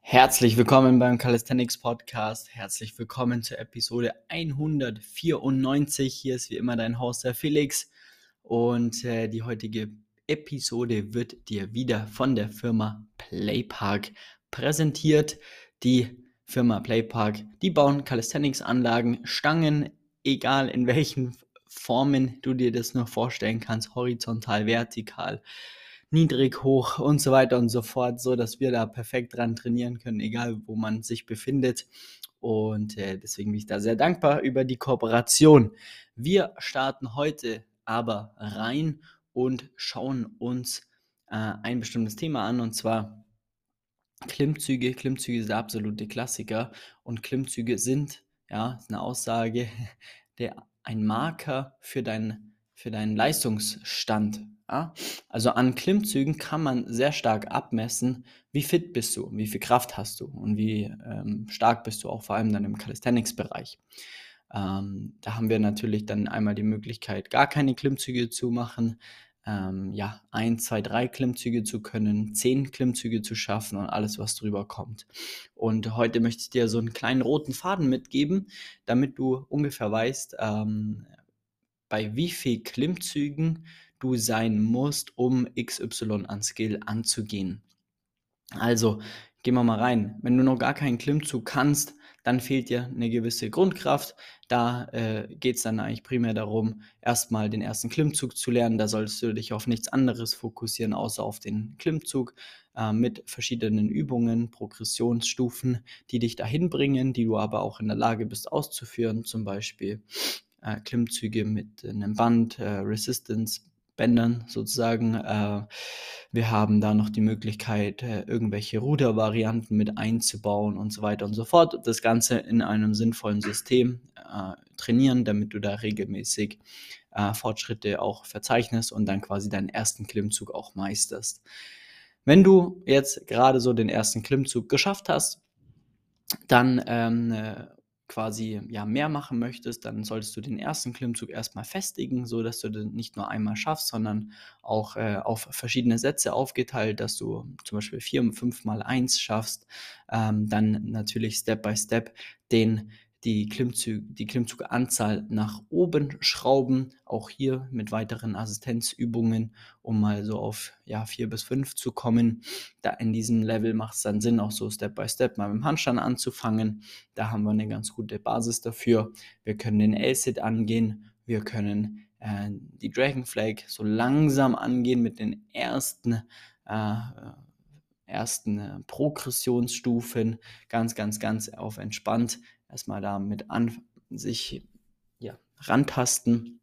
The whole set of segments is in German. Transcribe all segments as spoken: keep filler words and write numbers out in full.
Herzlich willkommen beim Calisthenics Podcast. Herzlich willkommen zur Episode hundertvierundneunzig. Hier ist wie immer dein Host, der Felix. Und äh, die heutige Episode wird dir wieder von der Firma Playpark präsentiert. Die Firma Playpark, die bauen Calisthenics-Anlagen, Stangen, egal in welchen Formen du dir das nur vorstellen kannst, horizontal, vertikal, niedrig, hoch und so weiter und so fort, so dass wir da perfekt dran trainieren können, egal wo man sich befindet. Und äh, deswegen bin ich da sehr dankbar über die Kooperation. Wir starten heute aber rein und schauen uns äh, ein bestimmtes Thema an, und zwar Klimmzüge. Klimmzüge sind der absolute Klassiker und Klimmzüge sind, ja, ist eine Aussage, der, ein Marker für, dein, für deinen Leistungsstand. Ja? Also an Klimmzügen kann man sehr stark abmessen, wie fit bist du, wie viel Kraft hast du und wie ähm, stark bist du auch vor allem dann im Calisthenics-Bereich. Ähm, da haben wir natürlich dann einmal die Möglichkeit, gar keine Klimmzüge zu machen, ähm, ja, ein, zwei, drei Klimmzüge zu können, zehn Klimmzüge zu schaffen und alles, was drüber kommt. Und heute möchte ich dir so einen kleinen roten Faden mitgeben, damit du ungefähr weißt, ähm, bei wie viel Klimmzügen du sein musst, um X Y an Skill anzugehen. Also, gehen wir mal rein. Wenn du noch gar keinen Klimmzug kannst, dann fehlt dir eine gewisse Grundkraft. Da äh, geht es dann eigentlich primär darum, erstmal den ersten Klimmzug zu lernen. Da solltest du dich auf nichts anderes fokussieren, außer auf den Klimmzug äh, mit verschiedenen Übungen, Progressionsstufen, die dich dahin bringen, die du aber auch in der Lage bist auszuführen. Zum Beispiel äh, Klimmzüge mit einem Band, äh, Resistance, Bändern sozusagen. Äh, wir haben da noch die Möglichkeit, äh, irgendwelche Rudervarianten mit einzubauen und so weiter und so fort. Das Ganze in einem sinnvollen System äh, trainieren, damit du da regelmäßig äh, Fortschritte auch verzeichnest und dann quasi deinen ersten Klimmzug auch meisterst. Wenn du jetzt gerade so den ersten Klimmzug geschafft hast, dann ähm, äh, quasi ja mehr machen möchtest, dann solltest du den ersten Klimmzug erstmal festigen, so dass du den nicht nur einmal schaffst, sondern auch äh, auf verschiedene Sätze aufgeteilt, dass du zum Beispiel vier, fünf mal eins schaffst, ähm, dann natürlich Step by Step den die Klimmzüge, die Klimmzuganzahl nach oben schrauben, auch hier mit weiteren Assistenzübungen, um mal so auf ja, vier bis fünf zu kommen. Da in diesem Level macht es dann Sinn, auch so Step by Step mal mit dem Handstand anzufangen. Da haben wir eine ganz gute Basis dafür. Wir können den L-Sit angehen, wir können äh, die Dragon Flag so langsam angehen mit den ersten äh, ersten äh, Progressionsstufen, ganz, ganz, ganz auf entspannt erstmal damit an sich ja, rantasten.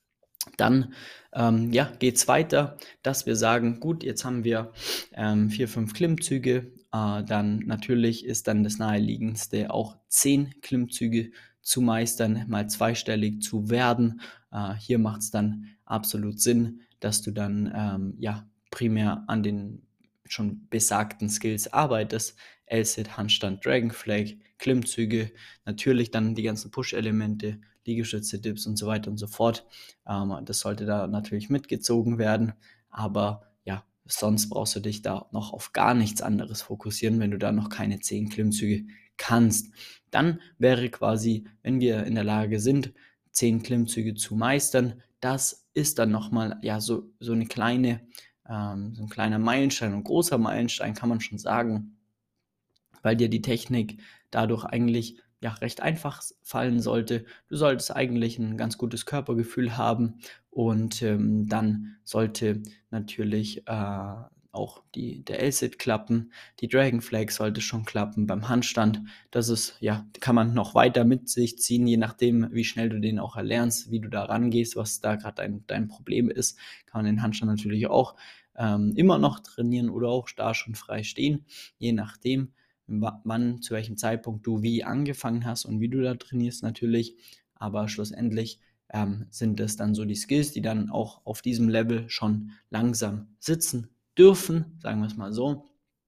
Dann ähm, ja, geht es weiter, dass wir sagen, gut, jetzt haben wir ähm, vier, fünf Klimmzüge. Äh, dann natürlich ist dann das naheliegendste auch zehn Klimmzüge zu meistern, mal zweistellig zu werden. Äh, hier macht es dann absolut Sinn, dass du dann ähm, ja, primär an den schon besagten Skills arbeitest. L-Sit, Handstand, Dragon Flag, Klimmzüge, natürlich dann die ganzen Push-Elemente, Liegestütze, Dips und so weiter und so fort. Ähm, das sollte da natürlich mitgezogen werden, aber ja, sonst brauchst du dich da noch auf gar nichts anderes fokussieren, wenn du da noch keine zehn Klimmzüge kannst. Dann wäre quasi, wenn wir in der Lage sind, zehn Klimmzüge zu meistern, das ist dann nochmal ja, so, so eine kleine, ähm, so ein kleiner Meilenstein, ein großer Meilenstein, kann man schon sagen, weil dir die Technik dadurch eigentlich ja, recht einfach fallen sollte. Du solltest eigentlich ein ganz gutes Körpergefühl haben und ähm, dann sollte natürlich äh, auch die, der L-Sit klappen, die Dragon Flag sollte schon klappen beim Handstand. Das ist, ja, kann man noch weiter mit sich ziehen, je nachdem, wie schnell du den auch erlernst, wie du da rangehst, was da gerade dein, dein Problem ist, kann man den Handstand natürlich auch ähm, immer noch trainieren oder auch da schon frei stehen, je nachdem, wann, zu welchem Zeitpunkt du wie angefangen hast und wie du da trainierst natürlich, aber schlussendlich ähm, sind das dann so die Skills, die dann auch auf diesem Level schon langsam sitzen dürfen, sagen wir es mal so.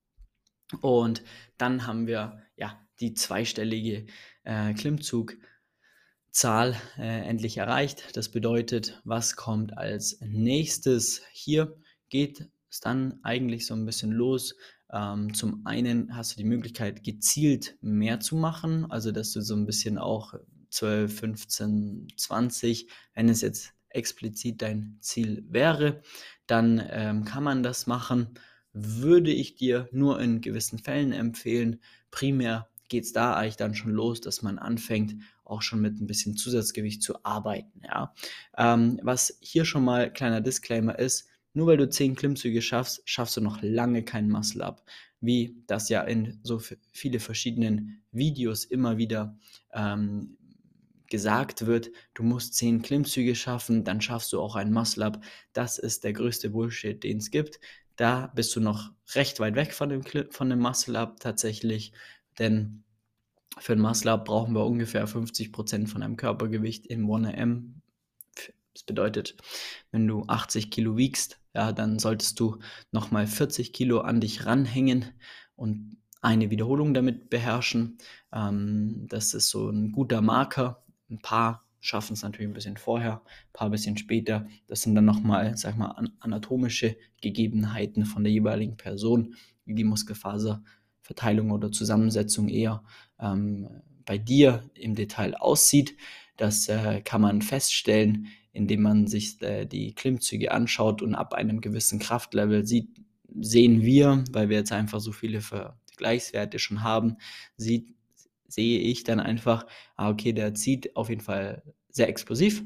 Und dann haben wir ja die zweistellige äh, Klimmzugzahl äh, endlich erreicht. Das bedeutet, was kommt als nächstes? Hier geht es dann eigentlich so ein bisschen los, Ähm, zum einen hast du die Möglichkeit, gezielt mehr zu machen, also dass du so ein bisschen auch zwölf, fünfzehn, zwanzig, wenn es jetzt explizit dein Ziel wäre, dann ähm, kann man das machen. Würde ich dir nur in gewissen Fällen empfehlen. Primär geht es da eigentlich dann schon los, dass man anfängt, auch schon mit ein bisschen Zusatzgewicht zu arbeiten. Ja? Ähm, was hier schon mal kleiner Disclaimer ist: Nur weil du zehn Klimmzüge schaffst, schaffst du noch lange kein Muscle-Up, wie das ja in so viele verschiedenen Videos immer wieder ähm, gesagt wird. Du musst zehn Klimmzüge schaffen, dann schaffst du auch ein Muscle-Up. Das ist der größte Bullshit, den es gibt. Da bist du noch recht weit weg von dem, von dem Muscle-Up tatsächlich, denn für ein Muscle-Up brauchen wir ungefähr fünfzig Prozent von deinem Körpergewicht in one A M. Das bedeutet, wenn du achtzig Kilo wiegst, ja, dann solltest du nochmal vierzig Kilo an dich ranhängen und eine Wiederholung damit beherrschen. Ähm, das ist so ein guter Marker. Ein paar schaffen es natürlich ein bisschen vorher, ein paar ein bisschen später. Das sind dann nochmal, sag mal, anatomische Gegebenheiten von der jeweiligen Person, wie die Muskelfaserverteilung oder Zusammensetzung eher ähm, bei dir im Detail aussieht. Das äh, kann man feststellen, indem man sich äh, die Klimmzüge anschaut, und ab einem gewissen Kraftlevel sieht, sehen wir, weil wir jetzt einfach so viele Vergleichswerte schon haben, sieht, sehe ich dann einfach, ah, okay, der zieht auf jeden Fall sehr explosiv.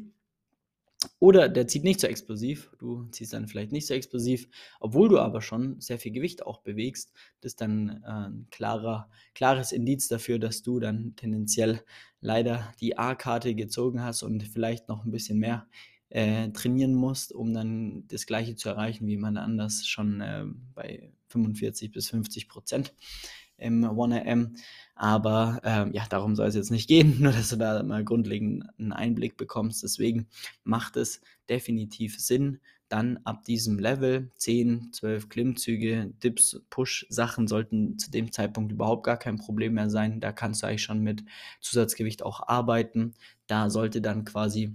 Oder der zieht nicht so explosiv, du ziehst dann vielleicht nicht so explosiv, obwohl du aber schon sehr viel Gewicht auch bewegst. Das ist dann äh, ein klarer, klares Indiz dafür, dass du dann tendenziell leider die A-Karte gezogen hast und vielleicht noch ein bisschen mehr äh, trainieren musst, um dann das Gleiche zu erreichen, wie jemand anders schon äh, bei fünfundvierzig bis fünfzig Prozent im one A M. Aber ähm, ja, darum soll es jetzt nicht gehen, nur dass du da mal grundlegend einen Einblick bekommst. Deswegen macht es definitiv Sinn, dann ab diesem Level zehn, zwölf Klimmzüge, Dips, Push-Sachen sollten zu dem Zeitpunkt überhaupt gar kein Problem mehr sein. Da kannst du eigentlich schon mit Zusatzgewicht auch arbeiten. Da sollte dann quasi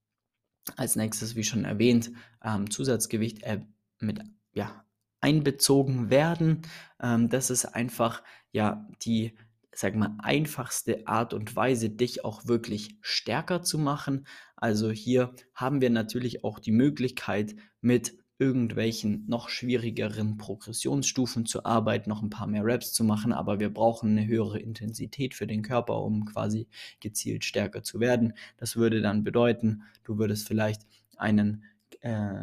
als nächstes, wie schon erwähnt, ähm, Zusatzgewicht äh, mit ja, einbezogen werden. Ähm, das ist einfach ja die, sag mal, einfachste Art und Weise, dich auch wirklich stärker zu machen. Also hier haben wir natürlich auch die Möglichkeit, mit irgendwelchen noch schwierigeren Progressionsstufen zu arbeiten, noch ein paar mehr Reps zu machen, aber wir brauchen eine höhere Intensität für den Körper, um quasi gezielt stärker zu werden. Das würde dann bedeuten, du würdest vielleicht einen äh,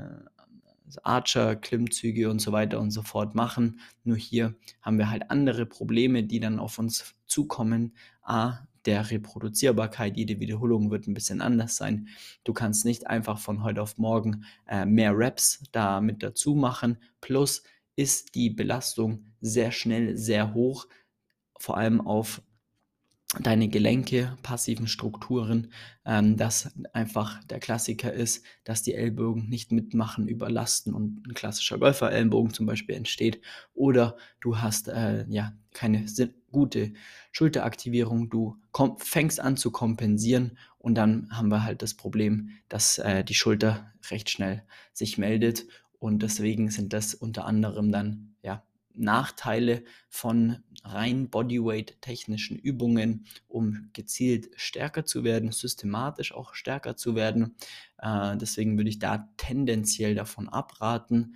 Archer, Klimmzüge und so weiter und so fort machen. Nur hier haben wir halt andere Probleme, die dann auf uns zukommen. A, der Reproduzierbarkeit, jede Wiederholung wird ein bisschen anders sein. Du kannst nicht einfach von heute auf morgen äh, mehr Reps da mit dazu machen. Plus ist die Belastung sehr schnell sehr hoch, vor allem auf deine Gelenke, passiven Strukturen, ähm, dass einfach der Klassiker ist, dass die Ellbogen nicht mitmachen, überlasten und ein klassischer Golfer-Ellenbogen zum Beispiel entsteht. Oder du hast äh, ja keine gute Schulteraktivierung, du komm, fängst an zu kompensieren, und dann haben wir halt das Problem, dass äh, die Schulter recht schnell sich meldet, und deswegen sind das unter anderem dann ja Nachteile von rein Bodyweight-technischen Übungen, um gezielt stärker zu werden, systematisch auch stärker zu werden. Äh, deswegen würde ich da tendenziell davon abraten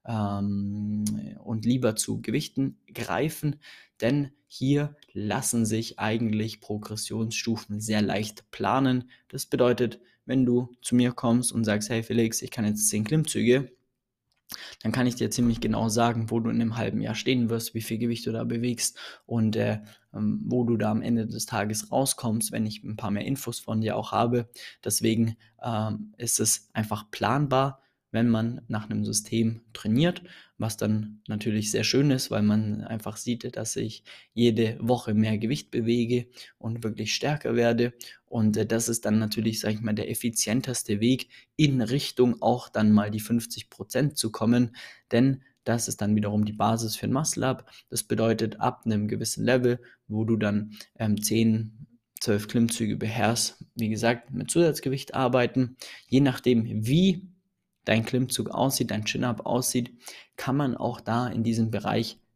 ähm, und lieber zu Gewichten greifen, denn hier lassen sich eigentlich Progressionsstufen sehr leicht planen. Das bedeutet, wenn du zu mir kommst und sagst, hey Felix, ich kann jetzt zehn Klimmzüge, dann kann ich dir ziemlich genau sagen, wo du in einem halben Jahr stehen wirst, wie viel Gewicht du da bewegst und äh, ähm, wo du da am Ende des Tages rauskommst, wenn ich ein paar mehr Infos von dir auch habe. Deswegen ähm, ist es einfach planbar, wenn man nach einem System trainiert, was dann natürlich sehr schön ist, weil man einfach sieht, dass ich jede Woche mehr Gewicht bewege und wirklich stärker werde. Und äh, das ist dann natürlich, sage ich mal, der effizienteste Weg, in Richtung auch dann mal die fünfzig Prozent zu kommen, denn das ist dann wiederum die Basis für ein Muscle-Up. Das bedeutet, ab einem gewissen Level, wo du dann ähm, zehn, zwölf Klimmzüge beherrschst, wie gesagt, mit Zusatzgewicht arbeiten. Je nachdem, wie dein Klimmzug aussieht, dein Chin-Up aussieht, kann man auch da in diesem Bereich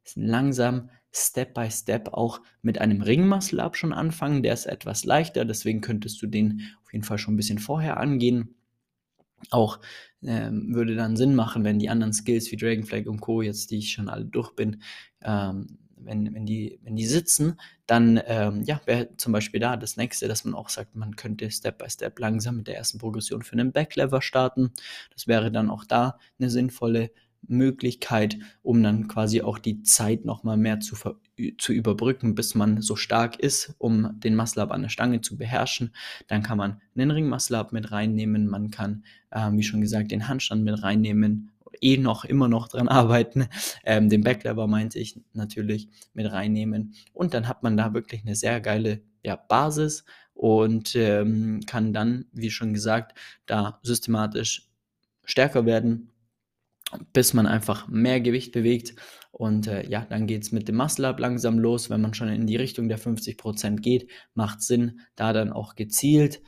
langsam Step by Step auch mit einem Ring-Muscle-Up schon anfangen. Der ist etwas leichter, deswegen könntest du den auf jeden Fall schon ein bisschen vorher angehen. Auch ähm, würde dann Sinn machen, wenn die anderen Skills wie Dragonflight und Co., jetzt die ich schon alle durch bin, ähm, wenn, wenn, die, wenn die sitzen, dann ähm, ja, wäre zum Beispiel da das nächste, dass man auch sagt, man könnte Step by Step langsam mit der ersten Progression für einen Backlever starten. Das wäre dann auch da eine sinnvolle Möglichkeit, um dann quasi auch die Zeit nochmal mehr zu, ver zu überbrücken, bis man so stark ist, um den Muscle-Up an der Stange zu beherrschen. Dann kann man einen Ring-Muscle-Up mit reinnehmen, man kann, ähm, wie schon gesagt, den Handstand mit reinnehmen, eh noch, immer noch dran arbeiten, ähm, den Backlever meinte ich natürlich mit reinnehmen und dann hat man da wirklich eine sehr geile ja, Basis und ähm, kann dann, wie schon gesagt, da systematisch stärker werden, bis man einfach mehr Gewicht bewegt und äh, ja, dann geht es mit dem Muscle-Up langsam los. Wenn man schon in die Richtung der fünfzig Prozent geht, macht Sinn, da dann auch gezielt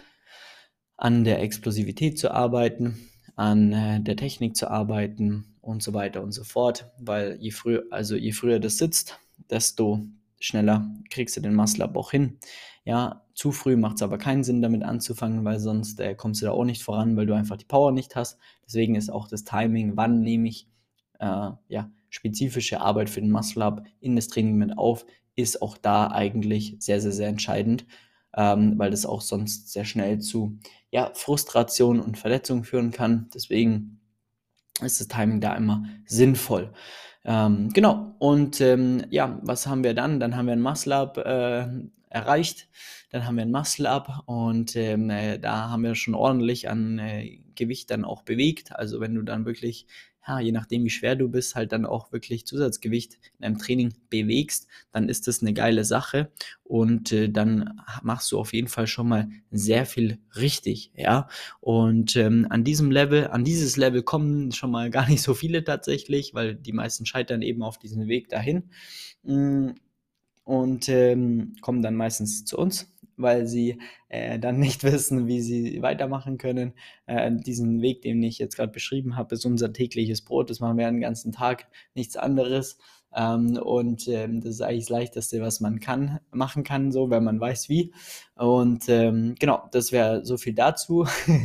an der Explosivität zu arbeiten, an äh, der Technik zu arbeiten und so weiter und so fort, weil je früher, also je früher das sitzt, desto schneller kriegst du den Muscle-Up auch hin. Ja, zu früh macht es aber keinen Sinn, damit anzufangen, weil sonst äh, kommst du da auch nicht voran, weil du einfach die Power nicht hast. Deswegen ist auch das Timing, wann nehme ich äh, ja, spezifische Arbeit für den Muscle-Up in das Training mit auf, ist auch da eigentlich sehr, sehr, sehr entscheidend, ähm, weil das auch sonst sehr schnell zu ja, Frustration und Verletzung führen kann. Deswegen ist das Timing da immer sinnvoll. Ähm, genau, und ähm, ja, was haben wir dann? Dann haben wir ein Muscle-Up äh, erreicht, dann haben wir ein Muscle-Up und ähm, äh, da haben wir schon ordentlich an äh, Gewicht dann auch bewegt. Also wenn du dann wirklich, ja, je nachdem wie schwer du bist, halt dann auch wirklich Zusatzgewicht in einem Training bewegst, dann ist das eine geile Sache und äh, dann machst du auf jeden Fall schon mal sehr viel richtig, ja. Und ähm, an diesem Level, an dieses Level kommen schon mal gar nicht so viele tatsächlich, weil die meisten scheitern eben auf diesem Weg dahin. Mm, und ähm, kommen dann meistens zu uns, weil sie äh, dann nicht wissen, wie sie weitermachen können. Äh, diesen Weg, den ich jetzt gerade beschrieben habe, ist unser tägliches Brot. Das machen wir den ganzen Tag, nichts anderes. Ähm, und ähm, das ist eigentlich das Leichteste, was man kann, machen kann, so, wenn man weiß wie. Und ähm, genau, das wäre so viel dazu.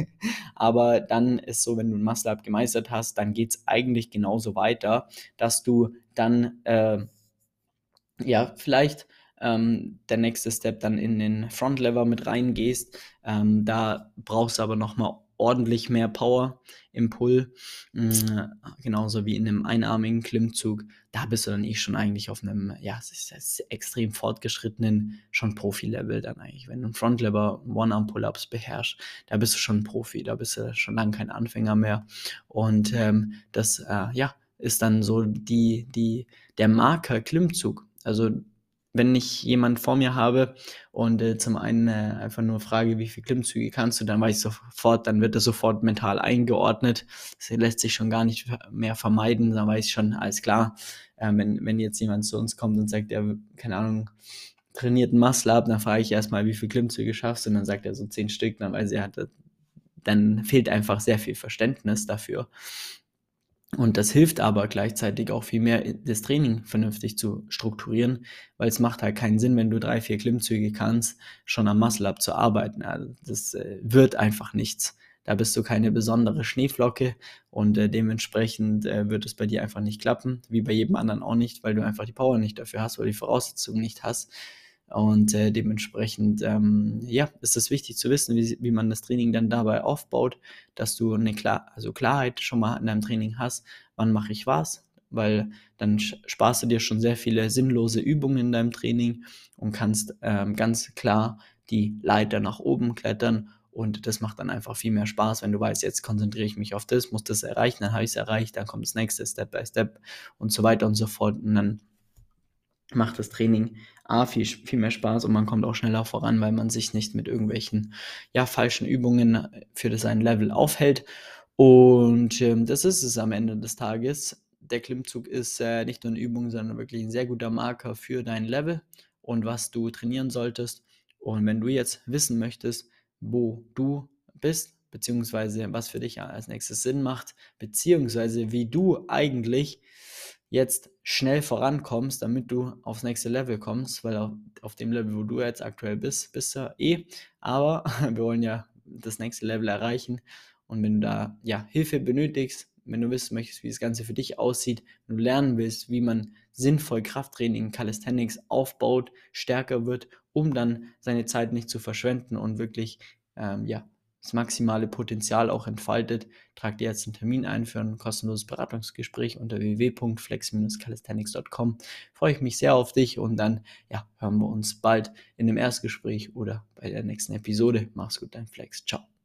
Aber dann ist so, wenn du ein Muscle-Up gemeistert hast, dann geht es eigentlich genauso weiter, dass du dann äh, ja, vielleicht ähm, der nächste Step dann in den Front Lever mit reingehst. Ähm, da brauchst du aber nochmal ordentlich mehr Power im Pull. Mhm, genauso wie in einem einarmigen Klimmzug. Da bist du dann eh schon eigentlich auf einem, ja, es ist, es ist extrem fortgeschrittenen, schon Profi-Level dann eigentlich. Wenn du einen Front Lever, One-Arm-Pull-Ups beherrschst, da bist du schon ein Profi, da bist du schon lange kein Anfänger mehr. Und ähm, das, äh, ja, ist dann so die, die, der Marker Klimmzug. Also wenn ich jemand vor mir habe und äh, zum einen äh, einfach nur frage, wie viele Klimmzüge kannst du, dann weiß ich sofort, dann wird das sofort mental eingeordnet. Das lässt sich schon gar nicht mehr vermeiden. Dann weiß ich schon, alles klar, äh, wenn, wenn jetzt jemand zu uns kommt und sagt, er, keine Ahnung, trainiert ein Muscle-Up, dann frage ich erstmal, wie viele Klimmzüge schaffst du, und dann sagt er so zehn Stück, dann weiß er, hat, dann fehlt einfach sehr viel Verständnis dafür. Und das hilft aber gleichzeitig auch viel mehr, das Training vernünftig zu strukturieren, weil es macht halt keinen Sinn, wenn du drei, vier Klimmzüge kannst, schon am Muscle-Up zu arbeiten. Also das äh, wird einfach nichts. Da bist du keine besondere Schneeflocke und äh, dementsprechend äh, wird es bei dir einfach nicht klappen, wie bei jedem anderen auch nicht, weil du einfach die Power nicht dafür hast, weil du die Voraussetzungen nicht hast. Und äh, dementsprechend, ähm, ja, ist es wichtig zu wissen, wie, wie man das Training dann dabei aufbaut, dass du eine Klar also Klarheit schon mal in deinem Training hast, wann mache ich was, weil dann sparst du dir schon sehr viele sinnlose Übungen in deinem Training und kannst ähm, ganz klar die Leiter nach oben klettern und das macht dann einfach viel mehr Spaß, wenn du weißt, jetzt konzentriere ich mich auf das, muss das erreichen, dann habe ich es erreicht, dann kommt das nächste Step by Step und so weiter und so fort und dann macht das Training A viel, viel mehr Spaß und man kommt auch schneller voran, weil man sich nicht mit irgendwelchen ja, falschen Übungen für sein Level aufhält. Und ähm, das ist es am Ende des Tages. Der Klimmzug ist äh, nicht nur eine Übung, sondern wirklich ein sehr guter Marker für dein Level und was du trainieren solltest. Und wenn du jetzt wissen möchtest, wo du bist, beziehungsweise was für dich als nächstes Sinn macht, beziehungsweise wie du eigentlich jetzt schnell vorankommst, damit du aufs nächste Level kommst, weil auf, auf dem Level, wo du jetzt aktuell bist, bist du eh, aber wir wollen ja das nächste Level erreichen und wenn du da ja Hilfe benötigst, wenn du wissen möchtest, wie das Ganze für dich aussieht, wenn du lernen willst, wie man sinnvoll Krafttraining, Calisthenics aufbaut, stärker wird, um dann seine Zeit nicht zu verschwenden und wirklich ähm, ja, das maximale Potenzial auch entfaltet, trag dir jetzt einen Termin ein für ein kostenloses Beratungsgespräch unter w w w punkt flex Bindestrich calisthenics punkt com. Freue ich mich sehr auf dich und dann ja, hören wir uns bald in dem Erstgespräch oder bei der nächsten Episode. Mach's gut, dein Flex. Ciao.